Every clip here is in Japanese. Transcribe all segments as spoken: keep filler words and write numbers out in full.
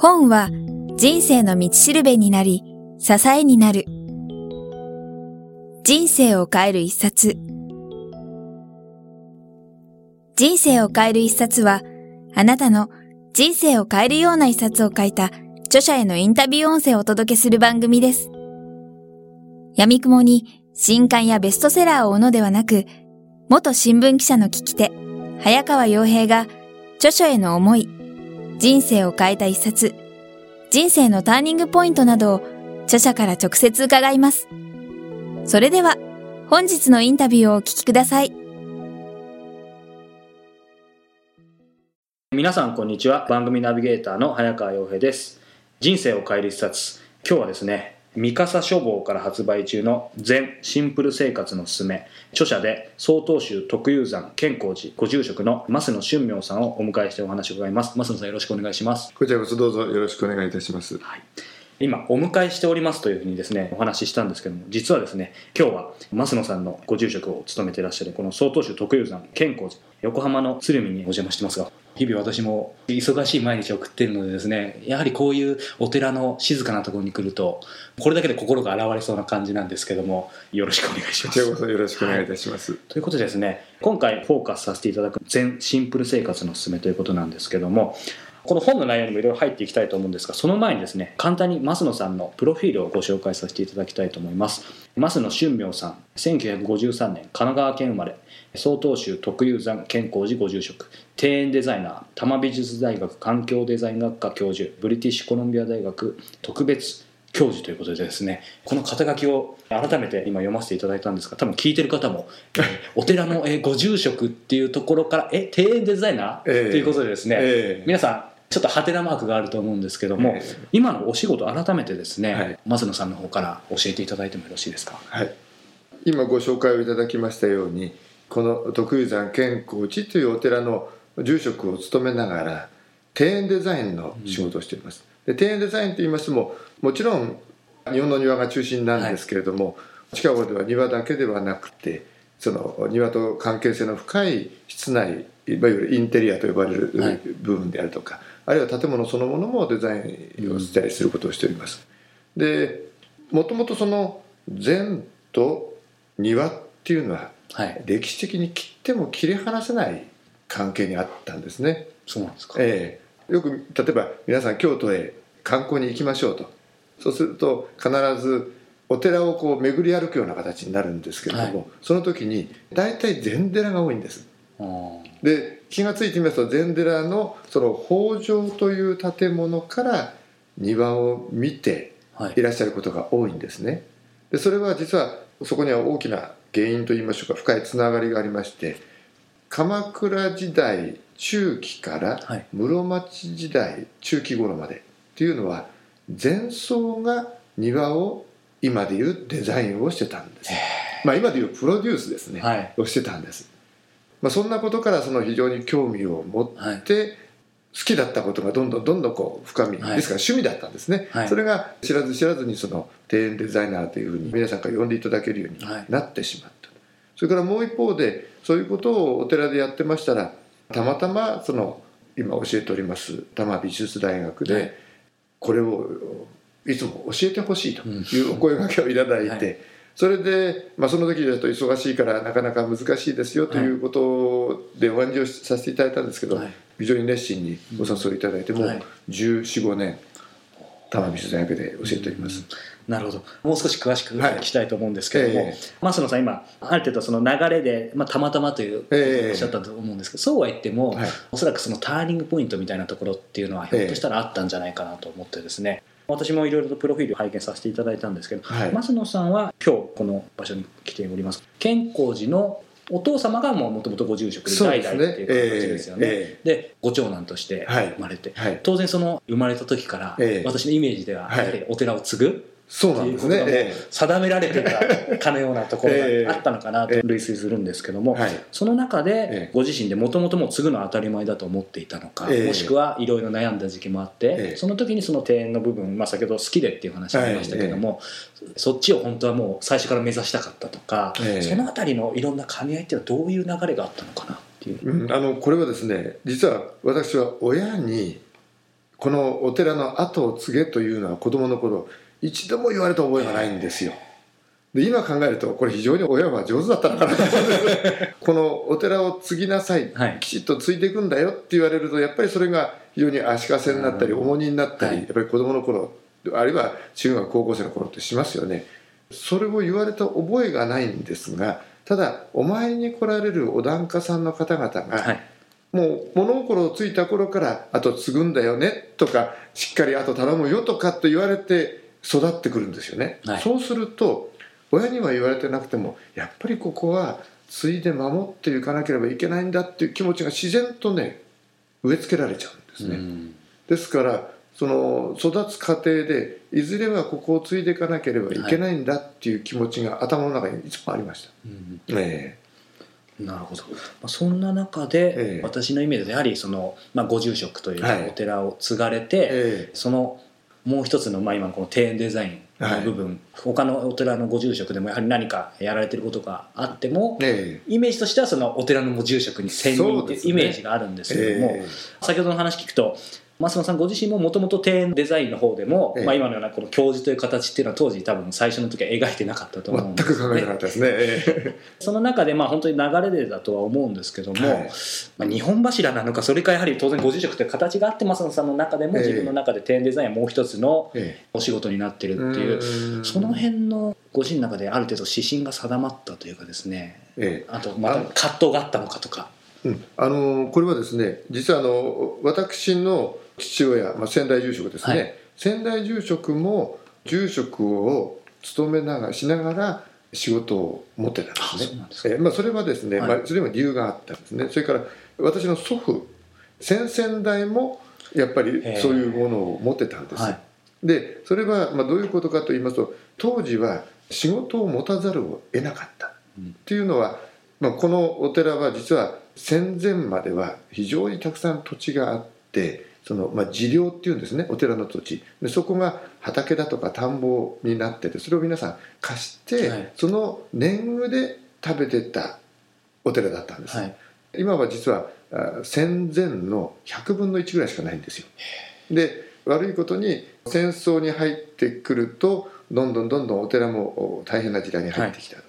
本は人生の道しるべになり、支えになる。人生を変える一冊。人生を変える一冊は、あなたの人生を変えるような一冊を書いた著者へのインタビュー音声をお届けする番組です。闇雲に新刊やベストセラーを追うのではなく、元新聞記者の聞き手、早川洋平が著書への思い、人生を変えた一冊、人生のターニングポイントなどを著者から直接伺います。それでは本日のインタビューをお聞きください。 皆さんこんにちは。番組ナビゲーターの早川洋平です。人生を変える一冊、今日はですね、三笠書房から発売中の禅シンプル生活のすすめ、著者で曹洞宗徳雄山建光寺ご住職の増野俊明さんをお迎えしてお話を伺います。増野さん、よろしくお願いします。 こちらこそどうぞよろしくお願いいたします。 はい、今お迎えしておりますというふうにですねお話ししたんですけども、実はですね、今日は増野さんのご住職を務めていらっしゃるこの曹洞宗徳雄山建光寺、横浜の鶴見にお邪魔してますが、日々私も忙しい毎日を送っているのでですね、やはりこういうお寺の静かなところに来るとこれだけで心が洗われそうな感じなんですけども、よろしくお願いします。 こちらこそよろしくお願いいたします。 はい、ということでですね、今回フォーカスさせていただく禅シンプル生活のすすめということなんですけども、この本の内容にもいろいろ入っていきたいと思うんですが、その前にですね、簡単に増野さんのプロフィールをご紹介させていただきたいと思います。増野俊明さん、せんきゅうひゃくごじゅうさんねん神奈川県生まれ、曹洞宗徳雄山建光寺ご住職、庭園デザイナー、多摩美術大学環境デザイン学科教授、ブリティッシュコロンビア大学特別教授ということでですね、この肩書きを改めて今読ませていただいたんですが、多分聞いてる方もお寺のご住職っていうところからえ庭園デザイナー、えー、ということでですね、えー、皆さんちょっとハテナマークがあると思うんですけども、えー、今のお仕事改めてですね、はい、増野さんの方から教えていただいてもよろしいですか。 はい、今ご紹介をいただきましたように、この徳雄山建光寺というお寺の住職を務めながら庭園デザインの仕事をしています。うん、で庭園デザインといいますももちろん日本の庭が中心なんですけれども、はい、近頃では庭だけではなくて、その庭と関係性の深い室内、いわゆるインテリアと呼ばれる部分であるとか、はい、あるいは建物そのものもデザインをしたりすることをしております。うん、でもともとその禅と庭っていうのは、はい、歴史的に切っても切り離せない関係にあったんですね。 そうなんですか。 えー、よく例えば皆さん京都へ観光に行きましょうと、そうすると必ずお寺をこう巡り歩くような形になるんですけれども、はい、その時に大体禅寺が多いんです。で気がついてみますと、禅寺のその方丈という建物から庭を見ていらっしゃることが多いんですね。でそれは実はそこには大きな原因といいましょうか、深いつながりがありまして、鎌倉時代中期から室町時代中期頃までっていうのは、禅僧が庭を今でいうデザインをしてたんです。まあ、今でいうプロデュースですね、はい、をしてたんです。まあ、そんなことからその非常に興味を持って好きだったことがどんどんどんどんこう深み、はい、ですから趣味だったんですね。はい、それが知らず知らずにその庭園デザイナーというふうに皆さんから呼んでいただけるようになってしまった。はい、それからもう一方で、そういうことをお寺でやってましたら、たまたまその今教えております多摩美術大学でこれをいつも教えてほしいというお声掛けをいただいて、はい、それで、まあ、その時だと忙しいからなかなか難しいですよということでお返事をさせていただいたんですけど、はい、非常に熱心にお誘いいただいて、もうじゅうよん、ごねん多摩美術大学で教えております。うん、 なるほど。もう少し詳しく聞きたいと思うんですけども、はい、えー、増野さん今ある程度その流れで、まあ、たまたまというおっしゃったと思うんですけど、えー、そうは言っても、はい、おそらくそのターニングポイントみたいなところっていうのはひょっとしたらあったんじゃないかなと思ってですね、えー、私もいろいろとプロフィールを拝見させていただいたんですけど、はい、増野さんは今日この場所に来ております建光寺のお父様がもともとご住職で代々っていう形ですよね。で、えーえー、ご長男として生まれて、はいはい、当然その生まれた時から、えー、私のイメージではやはりお寺を継ぐ、 そうなんですね、 えー、定められていたかのようなところがあったのかなと類推するんですけども、えー、その中でご自身でもともとも継ぐのは当たり前だと思っていたのか、えー、もしくはいろいろ悩んだ時期もあって、えー、その時にその庭園の部分、まあ、先ほど好きでっていう話がありましたけども、えー、そっちを本当はもう最初から目指したかったとか、えー、そのあたりのいろんな兼ね合いっていうのはどういう流れがあったのかなっていう、 うん、あのこれはですね、実は私は親にこのお寺の後を継げというのは子供の頃一度も言われた覚えがないんですよ。で今考えるとこれ非常に親は上手だったのかなと思うんですこのお寺を継ぎなさい、はい、きちっと継いでいくんだよって言われるとやっぱりそれが非常に足かせになったり重荷になったり、はい、やっぱり子供の頃あるいは中学高校生の頃ってしますよね。それを言われた覚えがないんですが、ただお参りに来られるお檀家さんの方々が、はい、もう物心をついた頃からあと継ぐんだよねとかしっかりあと頼むよとかと言われて育ってくるんですよね、はい、そうすると親には言われてなくてもやっぱりここは継いで守っていかなければいけないんだっていう気持ちが自然とね植え付けられちゃうんですね。うんですからその育つ過程でいずれはここを継いでいかなければいけないんだっていう気持ちが頭の中にいつもありました、うんえー、なるほど。そんな中で、えー、私のイメージでやはりその、まあ、ご住職というかお寺を継がれて、はいえー、そのもう一つの、まあ、今のこの庭園デザインの部分、はい、他のお寺のご住職でもやはり何かやられてることがあっても、えー、イメージとしてはそのお寺のご住職に専任というイメージがあるんですけれども、えー、先ほどの話聞くと増野さんご自身ももともと庭園デザインの方でも、ええまあ、今のようなこの教授という形っていうのは当時多分最初の時は描いてなかったと思うんです、ね、 全く考えてなかったですね、ええ、 その中でまあ本当に流れでだとは思うんですけども、はいまあ、日本柱なのかそれかやはり当然ご住職という形があって増野さんの中でも自分の中で庭園デザインはもう一つのお仕事になってるっていう、ええ、その辺のご自身の中である程度指針が定まったというかですね、ええ、あとまた葛藤があったのかとか。 うん、あのこれはですね実はあの私の父親、まあ、先代住職ですね、はい、先代住職も住職を務めながらしながら仕事を持ってたんですね。そうなんですか。えーまあ、それはですね、はいまあ、それにも理由があったんですね。それから私の祖父先々代もやっぱりそういうものを持ってたんです、はい、でそれはまあどういうことかと言いますと当時は仕事を持たざるを得なかったっていうのは、まあ、このお寺は実は戦前までは非常にたくさん土地があってその、まあ、自領っていうんですねお寺の土地でそこが畑だとか田んぼになっててそれを皆さん貸して、はい、その年貢で食べてたお寺だったんです、はい、今は実は戦前のひゃくぶんのいちぐらいしかないんですよ。で悪いことに戦争に入ってくるとどんどんどんどんお寺も大変な時代に入ってきた、はい、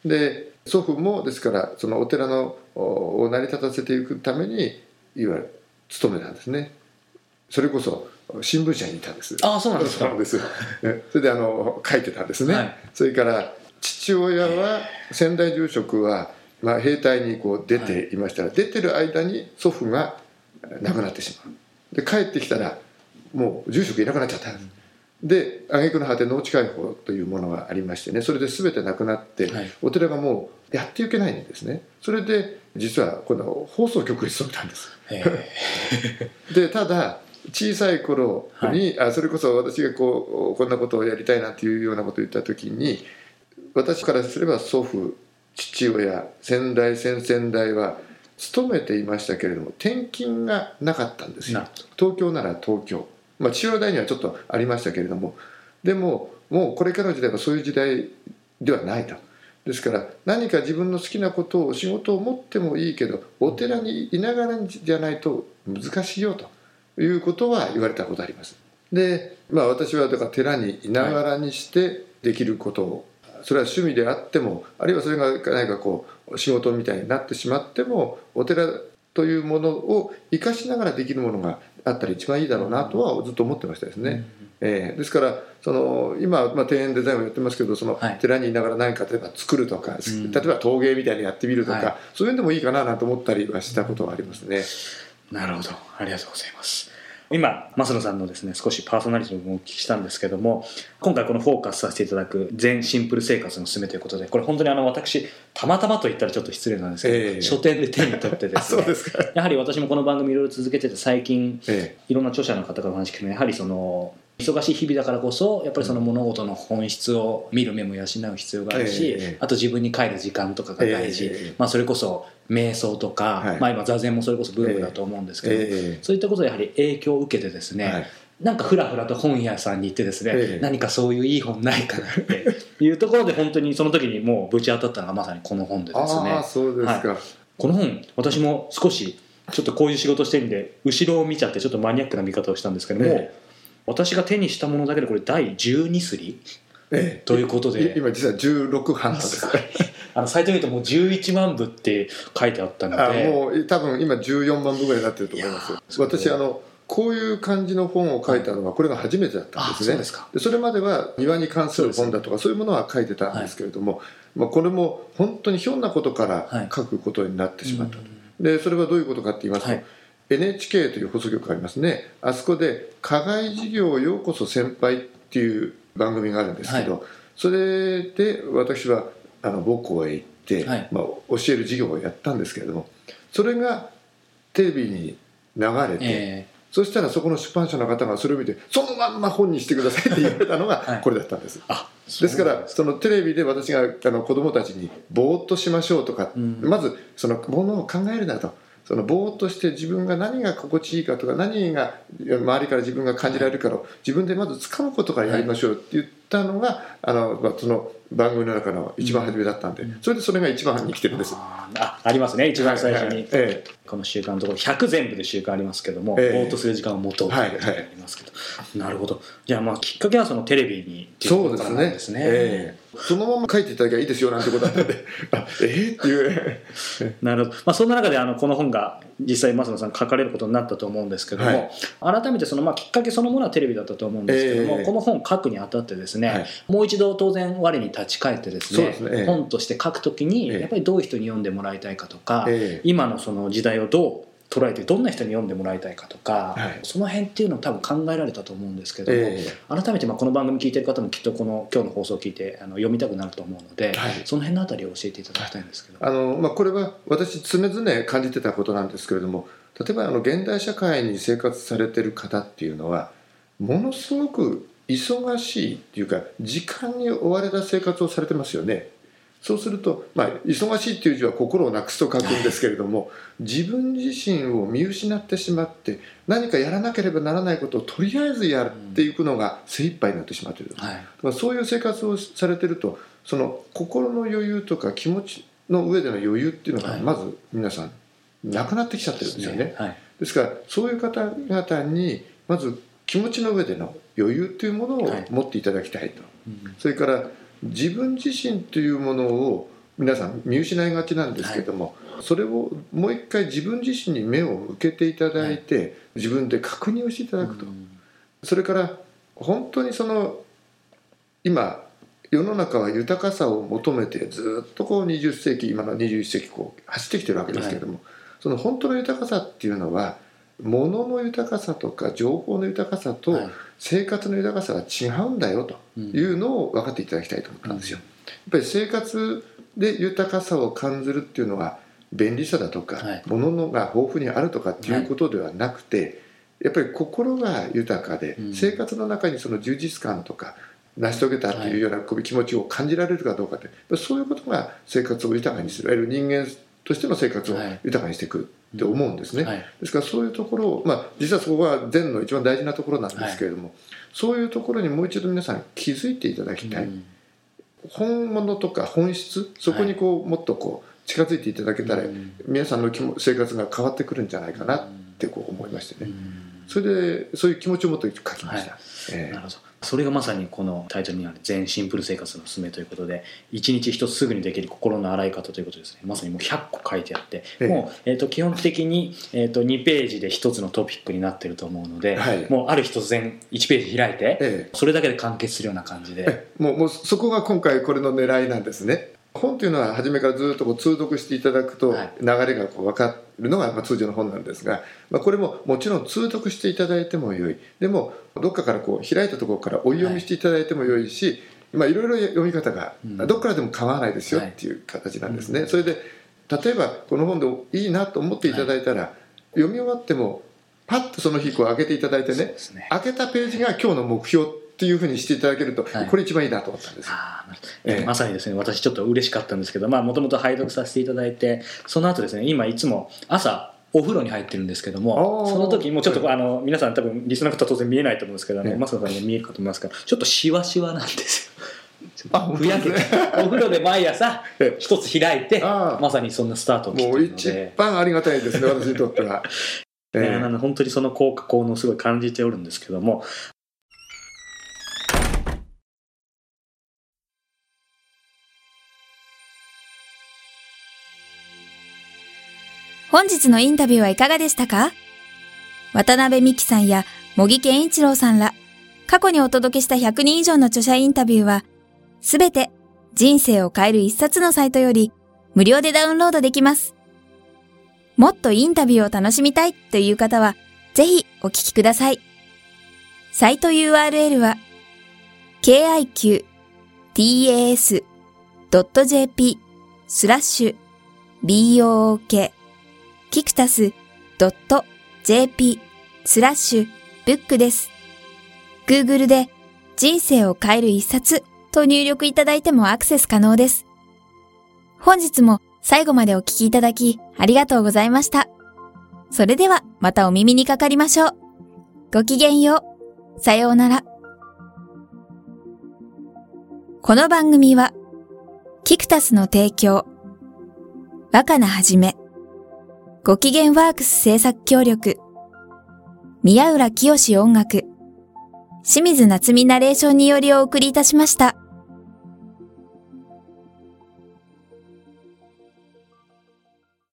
で祖父もですからそのお寺のを成り立たせていくためにいわゆる勤めたんですね。それこそ新聞社にいたんです。 ああそうなんですか。 そうなんです。それであの書いてたんですね、はい、それから父親は先代住職は、まあ、兵隊にこう出ていましたら、はい、出てる間に祖父が亡くなってしまう。で帰ってきたらもう住職いなくなっちゃったんです、うん、で挙句の果て農地開放というものがありましてねそれで全てなくなって、はい、お寺がもうやっていけないんですね。それで実はこの放送局に勤めたんですでただ小さい頃に、はい、あそれこそ私がこうこんなことをやりたいなっていうようなことを言った時に私からすれば祖父父親先代先々代は勤めていましたけれども転勤がなかったんですよ。東京なら東京、まあ、父親代にはちょっとありましたけれどもでももうこれからの時代はそういう時代ではないと。ですから何か自分の好きなことを仕事を持ってもいいけどお寺にいながらじゃないと難しいよということは言われたことあります。で、まあ、私はだから寺にいながらにしてできることを、はい、それは趣味であってもあるいはそれが何かこう仕事みたいになってしまってもお寺というものを生かしながらできるものがあったら一番いいだろうなとはずっと思ってましたですね、うんえー、ですからその今、まあ、庭園デザインをやってますけどその寺にいながら何か例えば作るとか、はい、例えば陶芸みたいにやってみるとか、はい、そういうのでもいいかななんて思ったりはしたことはありますね。 なるほどありがとうございます。今増野さんのですね少しパーソナリティもお聞きしたんですけども今回このフォーカスさせていただく全シンプル生活のすすめということでこれ本当にあの私たまたまと言ったらちょっと失礼なんですけど、えー、書店で手に取ってですねそうですか。 やはり私もこの番組いろいろ続けてて最近、えー、いろんな著者の方からお話聞くとやはりその忙しい日々だからこそやっぱりその物事の本質を見る目も養う必要があるし、えー、あと自分に帰る時間とかが大事、えーまあ、それこそ瞑想とか、はいまあ、今座禅もそれこそブームだと思うんですけど、えー、そういったことでやはり影響を受けてですね、はい、なんかふらふらと本屋さんに行ってですね、えー、何かそういういい本ないかなっていうところで本当にその時にもうぶち当たったのがまさにこの本でですね。 あそうですか、はい、 この本私も少しちょっとこういう仕事してるんで後ろを見ちゃってちょっとマニアックな見方をしたんですけども、ええ、私が手にしたものだけでこれだいじゅうにすり、ええ、ということで今実はじゅうろくはんなんですあのサイトに言うともうじゅういちまんぶって書いてあったので、 あもう多分今じゅうよんまんぶぐらいになってると思います。私あのこういう感じの本を書いたのはこれが初めてだったんですね。 そうですか。でそれまでは庭に関する本だとかそういうものは書いてたんですけれども、はい、まあ、これも本当にひょんなことから書くことになってしまったと、はい、でそれはどういうことかって言いますと、はい、エヌエイチケー という放送局がありますね。あそこで課外授業ようこそ先輩っていう番組があるんですけど、はい、それで私はあの母校へ行って、はい、まあ、教える授業をやったんですけれども、それがテレビに流れて、えーそしたらそこの出版社の方がそれを見てそのまんま本にしてくださいって言われたのがこれだったんです、はい、ですからそのテレビで私があの子どもたちにぼーっとしましょうとか、うん、まずそのものを考えるなと、そのぼーっとして自分が何が心地いいかとか何が周りから自分が感じられるかを自分でまず掴むことからやりましょうって言ったのがあの、まあ、その番組の中の一番初めだったんで、それでそれが一番に来てるんです。 あ, ありますね、一番最初に、はいはい、ええ、 この習慣のところひゃく全部で習慣ありますけども、ええ、ぼーっとする時間を持とうということになりますけど、はいはい、なるほど。じゃあまあきっかけはそのテレビにっていうことなんですね。そうですね、ええ、そのまま書いていただきゃいいですよなんてことだったんであえー、っていうなるほど、まあ、そんな中であのこの本が実際増野さん書かれることになったと思うんですけども、はい、改めてそのまあきっかけそのものはテレビだったと思うんですけども、えー、この本書くにあたってですね、はい、もう一度当然我に立ち返ってですね、そうですね、えー、本として書くときにやっぱりどういう人に読んでもらいたいかとか、えー、今のその時代をどう捉えてどんな人に読んでもらいたいかとか、はい、その辺っていうのを多分考えられたと思うんですけども、えー、改めてまあこの番組聞いてる方もきっとこの今日の放送を聞いてあの読みたくなると思うので、はい、その辺のあたりを教えていただきたいんですけど、 あの、まあ、これは私常々感じてたことなんですけれども、例えばあの現代社会に生活されてる方っていうのはものすごく忙しいっていうか時間に追われた生活をされてますよね。そうすると、まあ、忙しいっていう字は心をなくすと書くんですけれども、はい、自分自身を見失ってしまって何かやらなければならないことをとりあえずやっていくのが精一杯になってしまっている、はい、まあ、そういう生活をされてるとその心の余裕とか気持ちの上での余裕っていうのがまず皆さんなくなってきちゃってるんですよね、はい、ですからそういう方々にまず気持ちの上での余裕というものを持っていただきたいと、はい、それから自分自身というものを皆さん見失いがちなんですけども、はい、それをもう一回自分自身に目を向けていただいて、はい、自分で確認をしていただくと、うん、それから本当にその今世の中は豊かさを求めてずっとこうにじゅっせいき今のにじゅういっせいきこう走ってきてるわけですけれども、はい、その本当の豊かさっていうのは物の豊かさとか情報の豊かさと生活の豊かさが違うんだよというのを分かっていただきたいと思ったんですよ。やっぱり生活で豊かさを感じるっていうのは便利さだとか物のが豊富にあるとかっていうことではなくて、やっぱり心が豊かで生活の中にその充実感とか成し遂げたっていうような気持ちを感じられるかどうかって、そういうことが生活を豊かにする、いわゆる人間としての生活を豊かにしていくって思うんですね、はい、ですからそういうところを、まあ、実はそこが禅の一番大事なところなんですけれども、はい、そういうところにもう一度皆さん気づいていただきたい、うん、本物とか本質そこにこう、はい、もっとこう近づいていただけたら、うん、皆さんの生活が変わってくるんじゃないかなってこう思いましてね、うん、それでそういう気持ちをもっと書きました、はい、えー、なるほど。 それがまさにこのタイトルにある全シンプル生活のすすめということで、一日一つすぐにできる心の洗い方ということですね。まさにもうひゃっこ書いてあって、ええ、もう、えー、と基本的に、えー、とにページで一つのトピックになっていると思うので、はい、もうある日突然いちページ開いて、ええ、それだけで完結するような感じで、 ええ、もう、もうそこが今回これの狙いなんですね。本というのは初めからずっとこう通読していただくと流れがこう分かるのがまあ通常の本なんですが、まあ、これももちろん通読していただいてもよい、でもどっかからこう開いたところから追い読みしていただいてもよいし、まあいろいろ読み方がどっからでも構わないですよっていう形なんですね。それで例えばこの本でいいなと思っていただいたら、読み終わってもパッとその日こう開けていただいてね、開けたページが今日の目標っていうふうにしていただけると、はい、これ一番いいなと思ったんですよ。 あ、えー、まさにですね、私ちょっと嬉しかったんですけど、もともと拝読させていただいて、その後ですね、今いつも朝お風呂に入ってるんですけども、その時もちょっとあの皆さん多分リスナーの方は当然見えないと思うんですけど、増野さんに見えるかと思いますが、ちょっとシワシワなんですよ。 あふやけてお風呂で毎朝一つ開いてまさにそんなスタートを切っているので、 もう一番ありがたいですね私にとっては。 えー、なので本当にその効果効能をすごい感じておるんですけども、 本日のインタビューはいかがでしたか？渡辺美樹さんや茂木健一郎さんら、過去にお届けしたひゃくにん以上の著者インタビューは、すべて人生を変える一冊のサイトより無料でダウンロードできます。もっとインタビューを楽しみたいという方は、ぜひお聞きください。サイト ユーアールエル は ケーアイキューティーエーエスドットジェーピー スラッシュ ビーオーオーケー キクタス .jp スラッシュブックです。Google で人生を変える一冊と入力いただいてもアクセス可能です。本日も最後までお聞きいただきありがとうございました。それではまたお耳にかかりましょう。ごきげんよう。さようなら。この番組はキクタスの提供、若菜はじめ、ごきげんワークス制作協力、宮浦清志音楽、清水夏美ナレーションによりお送りいたしました。